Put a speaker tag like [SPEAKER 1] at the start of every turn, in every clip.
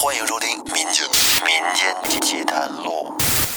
[SPEAKER 1] 欢迎收听民间奇谈录。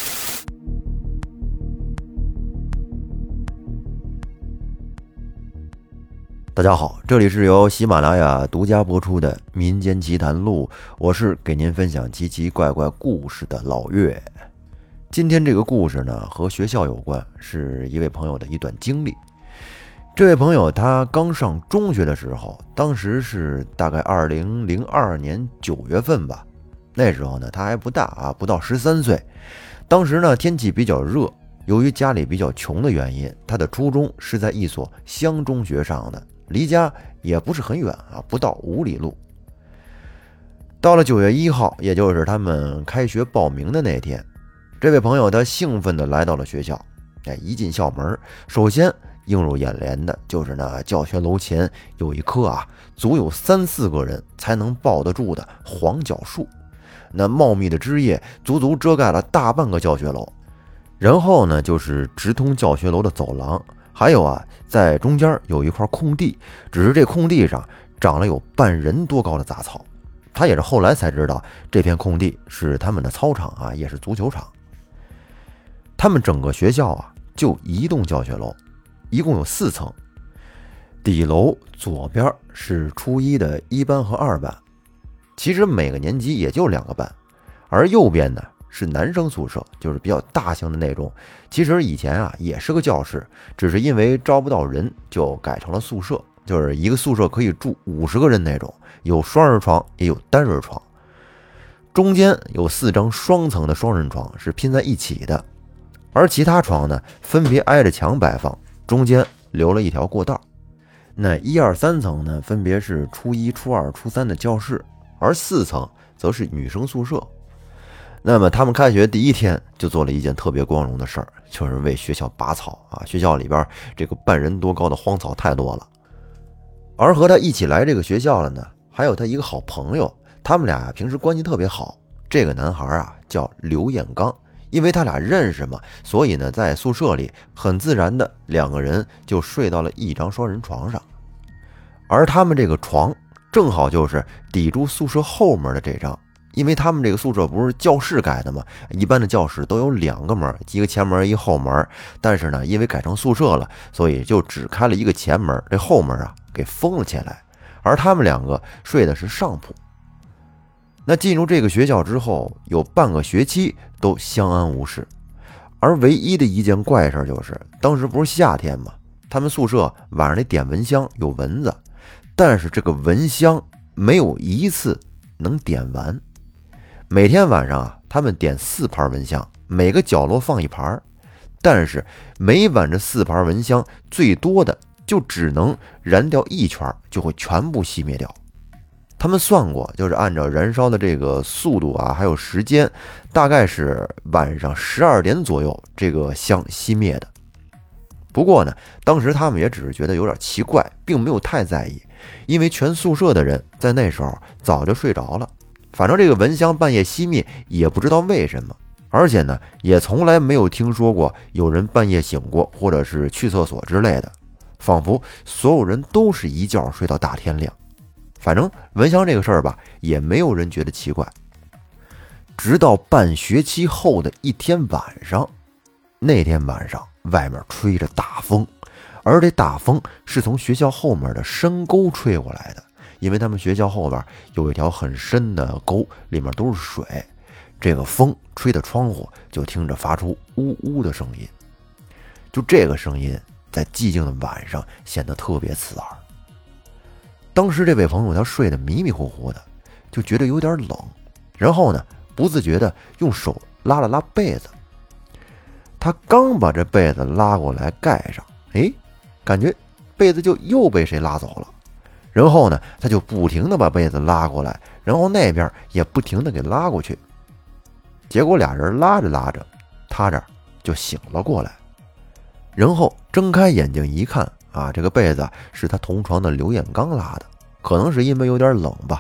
[SPEAKER 1] 大家好，这里是由喜马拉雅独家播出的民间奇谈录，我是给您分享奇奇怪怪故事的老岳。今天这个故事呢，和学校有关，是一位朋友的一段经历。这位朋友他刚上中学的时候，当时是大概2002年9月份吧。那时候呢，他还不大啊，不到13岁。当时呢，天气比较热，由于家里比较穷的原因，他的初中是在一所乡中学上的，离家也不是很远啊，不到5里路。到了9月1号，也就是他们开学报名的那天，这位朋友他兴奋地来到了学校。一进校门，首先映入眼帘的就是那教学楼前有一棵足有3-4个人才能抱得住的黄角树，那茂密的枝叶足足遮盖了大半个教学楼。然后呢，就是直通教学楼的走廊，还有在中间有一块空地，只是这空地上长了有半人多高的杂草。他也是后来才知道，这片空地是他们的操场也是足球场。他们整个学校就一栋教学楼，一共有4层。底楼左边是初一的1班和2班，其实每个年级也就2个班。而右边呢是男生宿舍，就是比较大型的那种。其实以前也是个教室，只是因为招不到人，就改成了宿舍，就是一个宿舍可以住50个人那种，有双人床也有单人床。中间有4张双层的双人床是拼在一起的，而其他床呢分别挨着墙摆放，中间留了一条过道。那1、2、3层呢分别是初一、初二、初三的教室，而4层则是女生宿舍。那么他们开学第一天就做了一件特别光荣的事儿，就是为学校拔草学校里边这个半人多高的荒草太多了。而和他一起来这个学校了呢，还有他一个好朋友，他们俩平时关系特别好。这个男孩叫刘彦刚，因为他俩认识嘛，所以呢在宿舍里很自然的2个人就睡到了一张双人床上。而他们这个床正好就是抵住宿舍后面的这张，因为他们这个宿舍不是教室改的嘛，一般的教室都有2个门，一个前门一后门，但是呢因为改成宿舍了，所以就只开了一个前门，这后门给封了起来。而他们2个睡的是上铺。那进入这个学校之后，有半个学期都相安无事。而唯一的一件怪事就是，当时不是夏天嘛，他们宿舍晚上得点蚊香，有蚊子，但是这个蚊香没有一次能点完。每天晚上他们点4盘蚊香，每个角落放1盘，但是每晚这4盘蚊香最多的就只能燃掉1圈，就会全部熄灭掉。他们算过，就是按照燃烧的这个速度还有时间，大概是晚上12点左右这个香熄灭的。不过呢，当时他们也只是觉得有点奇怪，并没有太在意，因为全宿舍的人在那时候早就睡着了。反正这个蚊香半夜熄灭也不知道为什么，而且呢也从来没有听说过有人半夜醒过或者是去厕所之类的，仿佛所有人都是一觉睡到大天亮。反正蚊香这个事儿吧，也没有人觉得奇怪。直到半学期后的一天晚上，那天晚上外面吹着大风，而这大风是从学校后面的深沟吹过来的，因为他们学校后边有一条很深的沟，里面都是水。这个风吹的窗户就听着发出呜呜的声音，就这个声音在寂静的晚上显得特别刺耳。当时这位朋友他睡得迷迷糊糊的，就觉得有点冷，然后呢不自觉的用手拉了拉被子。他刚把这被子拉过来盖上，感觉被子就又被谁拉走了。然后呢他就不停的把被子拉过来，然后那边也不停的给拉过去。结果俩人拉着拉着，他这儿就醒了过来，然后睁开眼睛一看这个被子是他同床的刘彦刚拉的，可能是因为有点冷吧。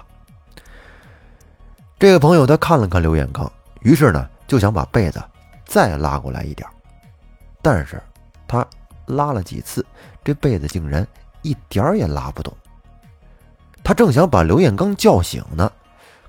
[SPEAKER 1] 这个朋友他看了看刘彦刚，于是呢就想把被子再拉过来一点，但是他拉了几次，这被子竟然一点也拉不动。他正想把刘彦刚叫醒呢，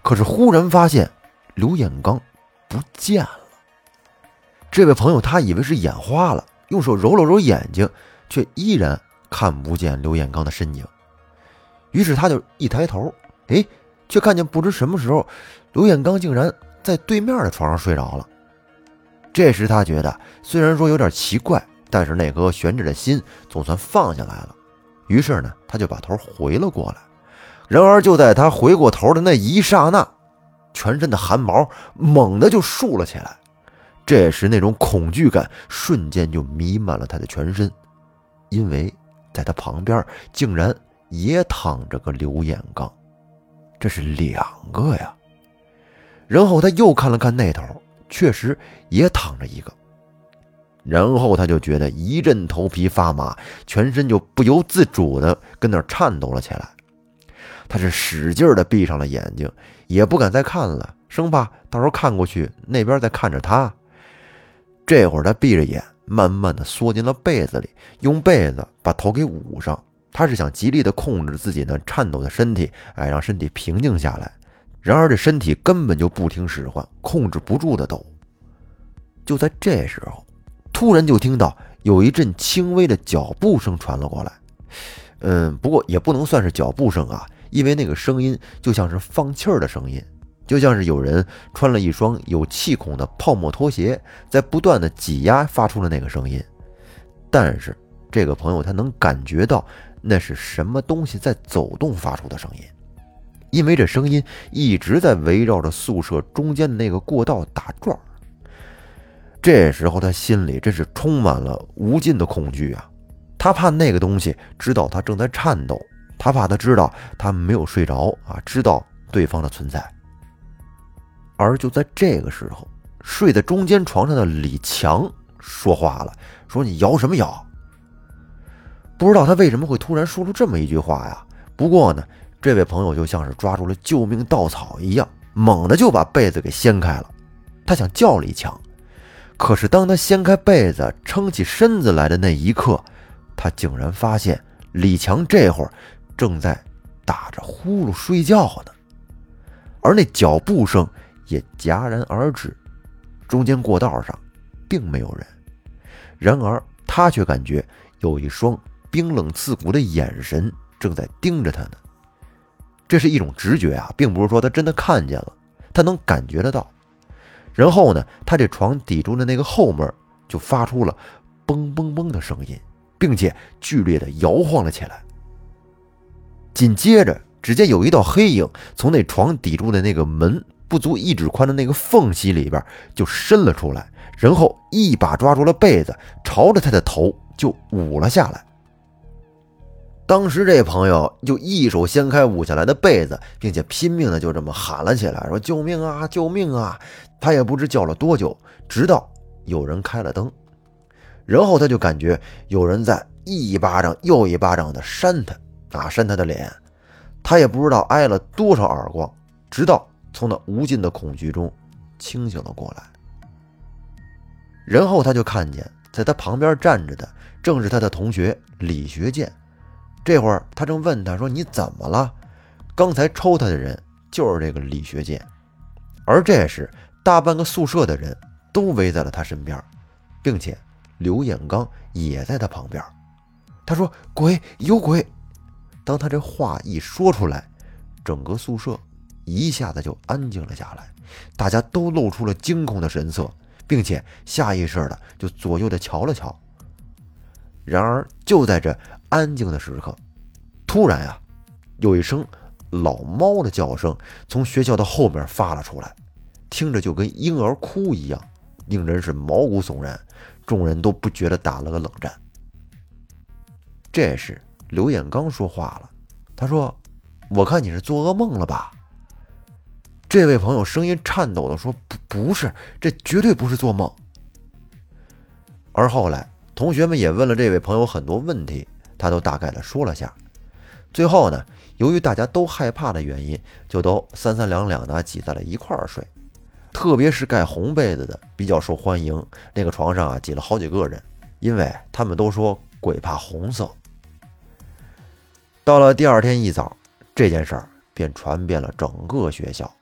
[SPEAKER 1] 可是忽然发现刘彦刚不见了。这位朋友他以为是眼花了，用手揉了揉眼睛，却依然看不见刘彦刚的身影。于是他就一抬头，却看见不知什么时候刘彦刚竟然在对面的床上睡着了。这时他觉得虽然说有点奇怪，但是那颗悬着的心总算放下来了。于是呢，他就把头回了过来。然而就在他回过头的那一刹那，全身的汗毛猛地就竖了起来。这时那种恐惧感瞬间就弥漫了他的全身，因为在他旁边竟然也躺着个刘彦刚，这是2个呀。然后他又看了看那头，确实也躺着一个。然后他就觉得一阵头皮发麻，全身就不由自主的跟那儿颤抖了起来。他是使劲的闭上了眼睛，也不敢再看了，生怕到时候看过去那边在看着他。这会儿他闭着眼，慢慢的缩进了被子里，用被子把头给捂上。他是想极力的控制自己那颤抖的身体，让身体平静下来。然而这身体根本就不听使唤，控制不住的抖。就在这时候，突然就听到有一阵轻微的脚步声传了过来。不过也不能算是脚步声啊，因为那个声音就像是放气儿的声音，就像是有人穿了一双有气孔的泡沫拖鞋，在不断的挤压发出了那个声音。但是这个朋友他能感觉到那是什么东西在走动发出的声音，因为这声音一直在围绕着宿舍中间的那个过道打转。这时候他心里真是充满了无尽的恐惧啊！他怕那个东西知道他正在颤抖，他怕他知道他没有睡着啊，知道对方的存在。而就在这个时候，睡在中间床上的李强说话了，说你摇什么摇？不知道他为什么会突然说出这么一句话呀？不过呢，这位朋友就像是抓住了救命稻草一样，猛地就把被子给掀开了。他想叫李强，可是当他掀开被子撑起身子来的那一刻，他竟然发现李强这会儿正在打着呼噜睡觉呢，而那脚步声也戛然而止。中间过道上并没有人，然而他却感觉有一双冰冷刺骨的眼神正在盯着他呢。这是一种直觉啊，并不是说他真的看见了，他能感觉得到。然后呢，他这床抵住的那个后门就发出了嘣嘣嘣的声音，并且剧烈的摇晃了起来。紧接着只见有一道黑影从那床抵住的那个门不足1指宽的那个缝隙里边就伸了出来，然后一把抓住了被子，朝着他的头就捂了下来。当时这朋友就一手掀开捂下来的被子，并且拼命的就这么喊了起来，说救命啊救命啊！他也不知叫了多久，直到有人开了灯，然后他就感觉有人在一巴掌又一巴掌的扇他的脸。他也不知道挨了多少耳光，直到从那无尽的恐惧中清醒了过来。然后他就看见在他旁边站着的正是他的同学李学建。这会儿他正问他说你怎么了？刚才抽他的人就是这个李学建。而这时大半个宿舍的人都围在了他身边，并且刘彦刚也在他旁边。他说鬼，有鬼。当他这话一说出来，整个宿舍一下子就安静了下来，大家都露出了惊恐的神色，并且下意识的就左右的瞧了瞧。然而就在这安静的时刻，突然有一声老猫的叫声从学校的后面发了出来，听着就跟婴儿哭一样，令人是毛骨悚然，众人都不觉得打了个冷战。这时刘彦刚说话了，他说我看你是做噩梦了吧？这位朋友声音颤抖地说不是，这绝对不是做梦。而后来同学们也问了这位朋友很多问题，他都大概的说了下。最后呢，由于大家都害怕的原因，就都三三两两的挤在了一块儿睡。特别是盖红被子的比较受欢迎，那个床上挤了好几个人，因为他们都说鬼怕红色。到了第二天一早，这件事儿便传遍了整个学校，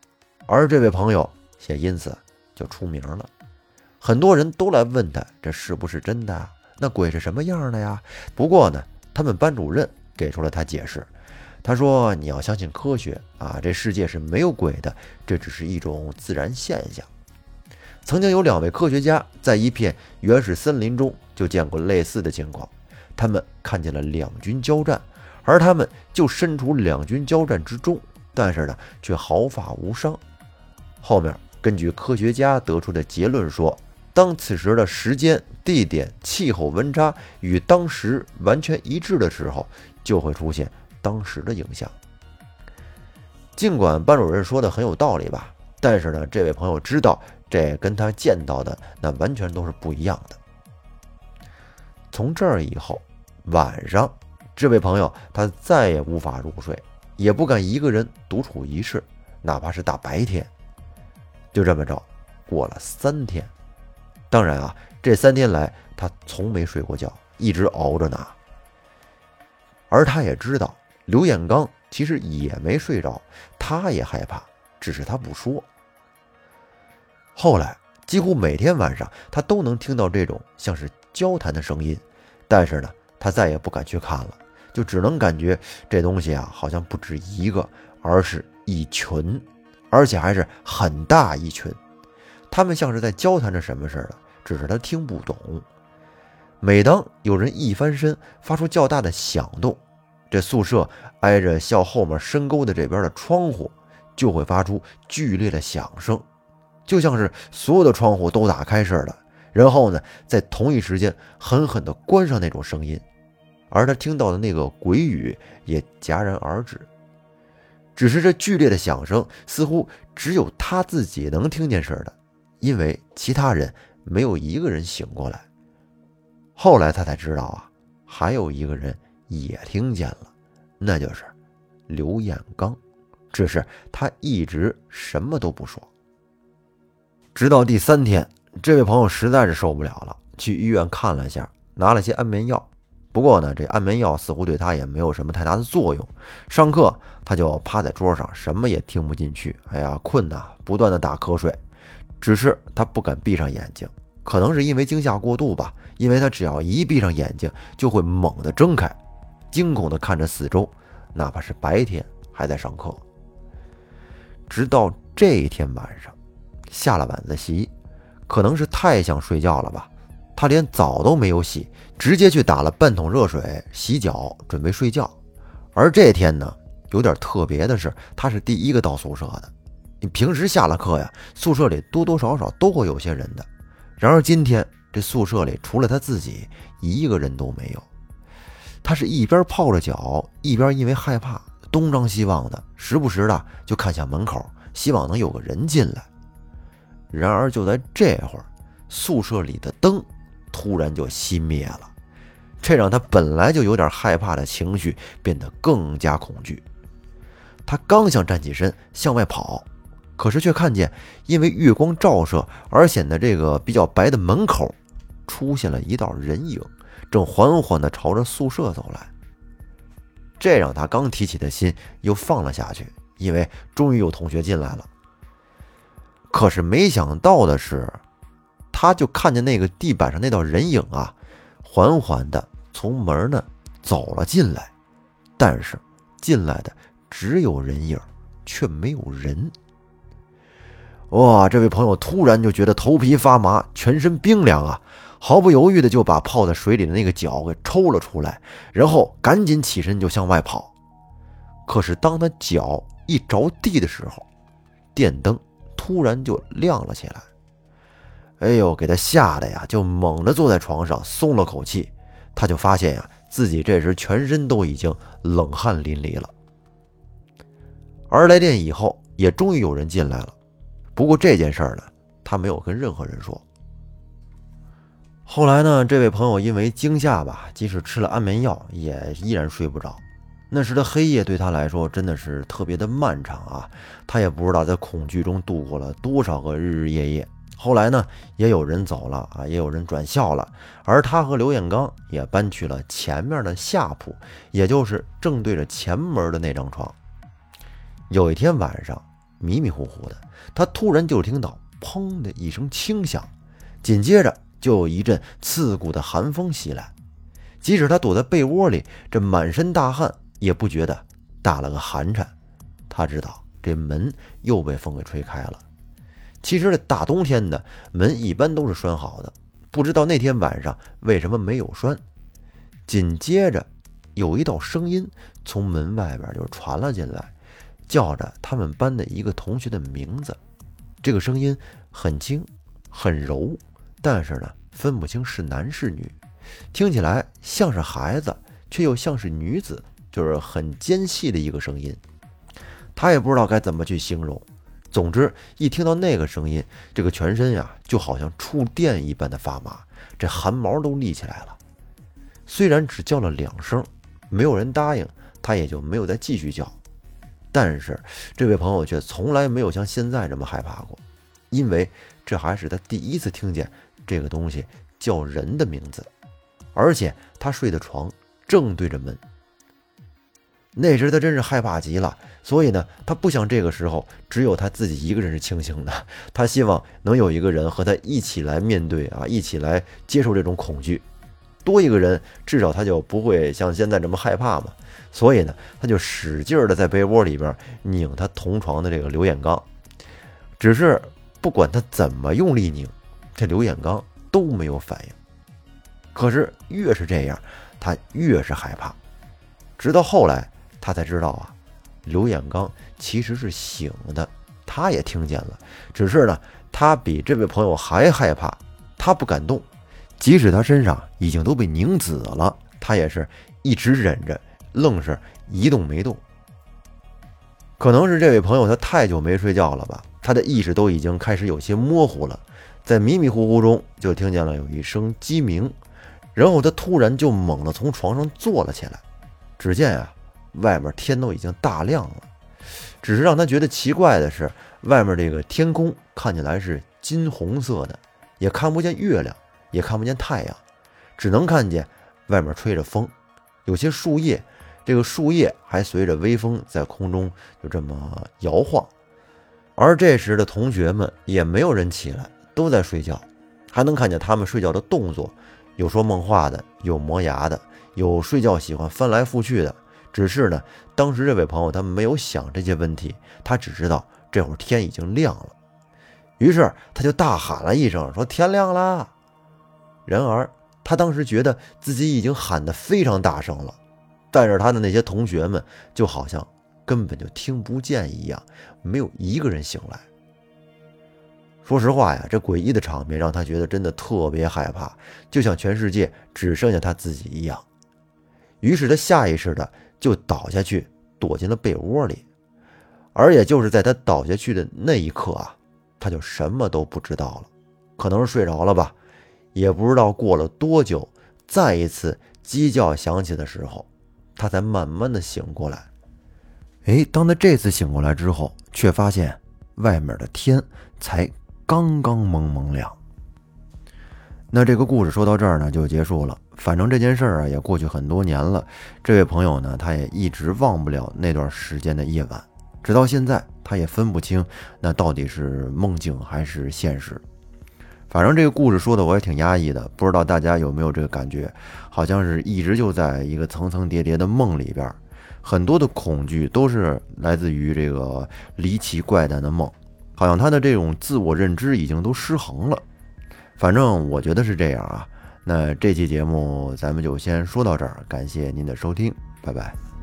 [SPEAKER 1] 而这位朋友也因此就出名了。很多人都来问他这是不是真的啊？那鬼是什么样的呀？不过呢，他们班主任给出了他解释。他说你要相信科学啊，这世界是没有鬼的，这只是一种自然现象。曾经有2位科学家在一片原始森林中就见过类似的情况，他们看见了两军交战，而他们就身处两军交战之中，但是呢却毫发无伤。后面根据科学家得出的结论说，当此时的时间、地点、气候温差与当时完全一致的时候，就会出现当时的影像。尽管班主任说的很有道理吧，但是呢，这位朋友知道这跟他见到的那完全都是不一样的。从这儿以后，晚上这位朋友他再也无法入睡，也不敢一个人独处一室，哪怕是大白天。就这么着过了3天。当然啊，这3天来他从没睡过觉，一直熬着呢。而他也知道刘彦刚其实也没睡着，他也害怕，只是他不说。后来几乎每天晚上他都能听到这种像是交谈的声音，但是呢他再也不敢去看了，就只能感觉这东西啊好像不止一个，而是一群，而且还是很大一群。他们像是在交谈着什么似的，只是他听不懂。每当有人一翻身发出较大的响动，这宿舍挨着校后面深沟的这边的窗户就会发出剧烈的响声，就像是所有的窗户都打开似的，然后呢在同一时间狠狠地关上那种声音。而他听到的那个鬼语也戛然而止，只是这剧烈的响声似乎只有他自己能听见似的，因为其他人没有一个人醒过来。后来他才知道啊，还有一个人也听见了，那就是刘彦刚，只是他一直什么都不说。直到第3天，这位朋友实在是受不了了，去医院看了一下，拿了些安眠药。不过呢，这安眠药似乎对他也没有什么太大的作用。上课他就趴在桌上，什么也听不进去，哎呀，困呐，不断的打瞌睡。只是他不敢闭上眼睛，可能是因为惊吓过度吧，因为他只要一闭上眼睛就会猛地睁开，惊恐地看着四周，哪怕是白天还在上课。直到这一天晚上，下了晚自习，可能是太想睡觉了吧，他连澡都没有洗，直接去打了半桶热水洗脚，准备睡觉。而这天呢，有点特别的是，他是第一个到宿舍的。你平时下了课呀，宿舍里多多少少都会有些人的，然而今天这宿舍里除了他自己一个人都没有。他是一边泡着脚，一边因为害怕东张西望的，时不时的就看向门口，希望能有个人进来。然而就在这会儿，宿舍里的灯突然就熄灭了，这让他本来就有点害怕的情绪变得更加恐惧。他刚想站起身向外跑，可是却看见因为月光照射而显得这个比较白的门口出现了一道人影，正缓缓地朝着宿舍走来。这让他刚提起的心又放了下去，因为终于有同学进来了。可是没想到的是，他就看见那个地板上那道人影啊，缓缓地从门呢走了进来，但是进来的只有人影，却没有人。哇，这位朋友突然就觉得头皮发麻，全身冰凉啊，毫不犹豫的就把泡在水里的那个脚给抽了出来，然后赶紧起身就向外跑。可是当他脚一着地的时候，电灯突然就亮了起来。哎呦，给他吓得呀，就猛地坐在床上松了口气。他就发现呀，自己这时全身都已经冷汗淋漓了。而来电以后，也终于有人进来了。不过这件事儿呢，他没有跟任何人说。后来呢，这位朋友因为惊吓吧，即使吃了安眠药，也依然睡不着。那时的黑夜对他来说真的是特别的漫长啊，他也不知道在恐惧中度过了多少个日日夜夜。后来呢，也有人走了啊，也有人转校了，而他和刘彦刚也搬去了前面的下铺，也就是正对着前门的那张床。有一天晚上， 迷迷糊糊的，他突然就听到砰的一声轻响，紧接着就有一阵刺骨的寒风袭来。即使他躲在被窝里，这满身大汗，也不觉得打了个寒颤。他知道这门又被风给吹开了。其实这大冬天的门一般都是拴好的，不知道那天晚上为什么没有拴。紧接着有一道声音从门外边就传了进来，叫着他们班的一个同学的名字。这个声音很轻很柔，但是呢分不清是男是女，听起来像是孩子却又像是女子，就是很尖细的一个声音。他也不知道该怎么去形容，总之一听到那个声音，这个全身呀就好像触电一般的发麻，这汗毛都立起来了。虽然只叫了2声，没有人答应，他也就没有再继续叫。但是这位朋友却从来没有像现在这么害怕过，因为这还是他第一次听见这个东西叫人的名字，而且他睡的床正对着门。那时他真是害怕极了，所以呢，他不想这个时候只有他自己一个人是清醒的，他希望能有一个人和他一起来面对啊，一起来接受这种恐惧。多一个人，至少他就不会像现在这么害怕嘛。所以呢，他就使劲的在被窝里边拧他同床的这个刘彦刚。只是不管他怎么用力拧，这刘彦刚都没有反应。可是越是这样，他越是害怕。直到后来他才知道啊，刘彦刚其实是醒的，他也听见了，只是呢，他比这位朋友还害怕，他不敢动，即使他身上已经都被拧紫了，他也是一直忍着，愣是一动没动。可能是这位朋友他太久没睡觉了吧，他的意识都已经开始有些模糊了，在迷迷糊糊中就听见了有一声鸡鸣，然后他突然就猛地从床上坐了起来。只见啊，外面天都已经大亮了，只是让他觉得奇怪的是，外面这个天空看起来是金红色的，也看不见月亮，也看不见太阳，只能看见外面吹着风，有些树叶，这个树叶还随着微风在空中就这么摇晃。而这时的同学们也没有人起来，都在睡觉，还能看见他们睡觉的动作，有说梦话的，有磨牙的，有睡觉喜欢翻来覆去的。只是呢，当时这位朋友他没有想这些问题，他只知道这会儿天已经亮了，于是他就大喊了一声说天亮啦。然而他当时觉得自己已经喊得非常大声了，但是他的那些同学们就好像根本就听不见一样，没有一个人醒来。说实话呀，这诡异的场面让他觉得真的特别害怕，就像全世界只剩下他自己一样。于是他下意识的就倒下去，躲进了被窝里。而也就是在他倒下去的那一刻啊，他就什么都不知道了，可能是睡着了吧，也不知道过了多久，再一次鸡叫响起的时候，他才慢慢的醒过来。当他这次醒过来之后，却发现外面的天才刚刚蒙蒙亮。那这个故事说到这儿呢就结束了。反正这件事儿啊也过去很多年了，这位朋友呢他也一直忘不了那段时间的夜晚，直到现在他也分不清那到底是梦境还是现实。反正这个故事说的我也挺压抑的，不知道大家有没有这个感觉，好像是一直就在一个层层叠叠的梦里边，很多的恐惧都是来自于这个离奇怪诞的梦，好像他的这种自我认知已经都失衡了。反正我觉得是这样啊。那这期节目咱们就先说到这儿，感谢您的收听，拜拜。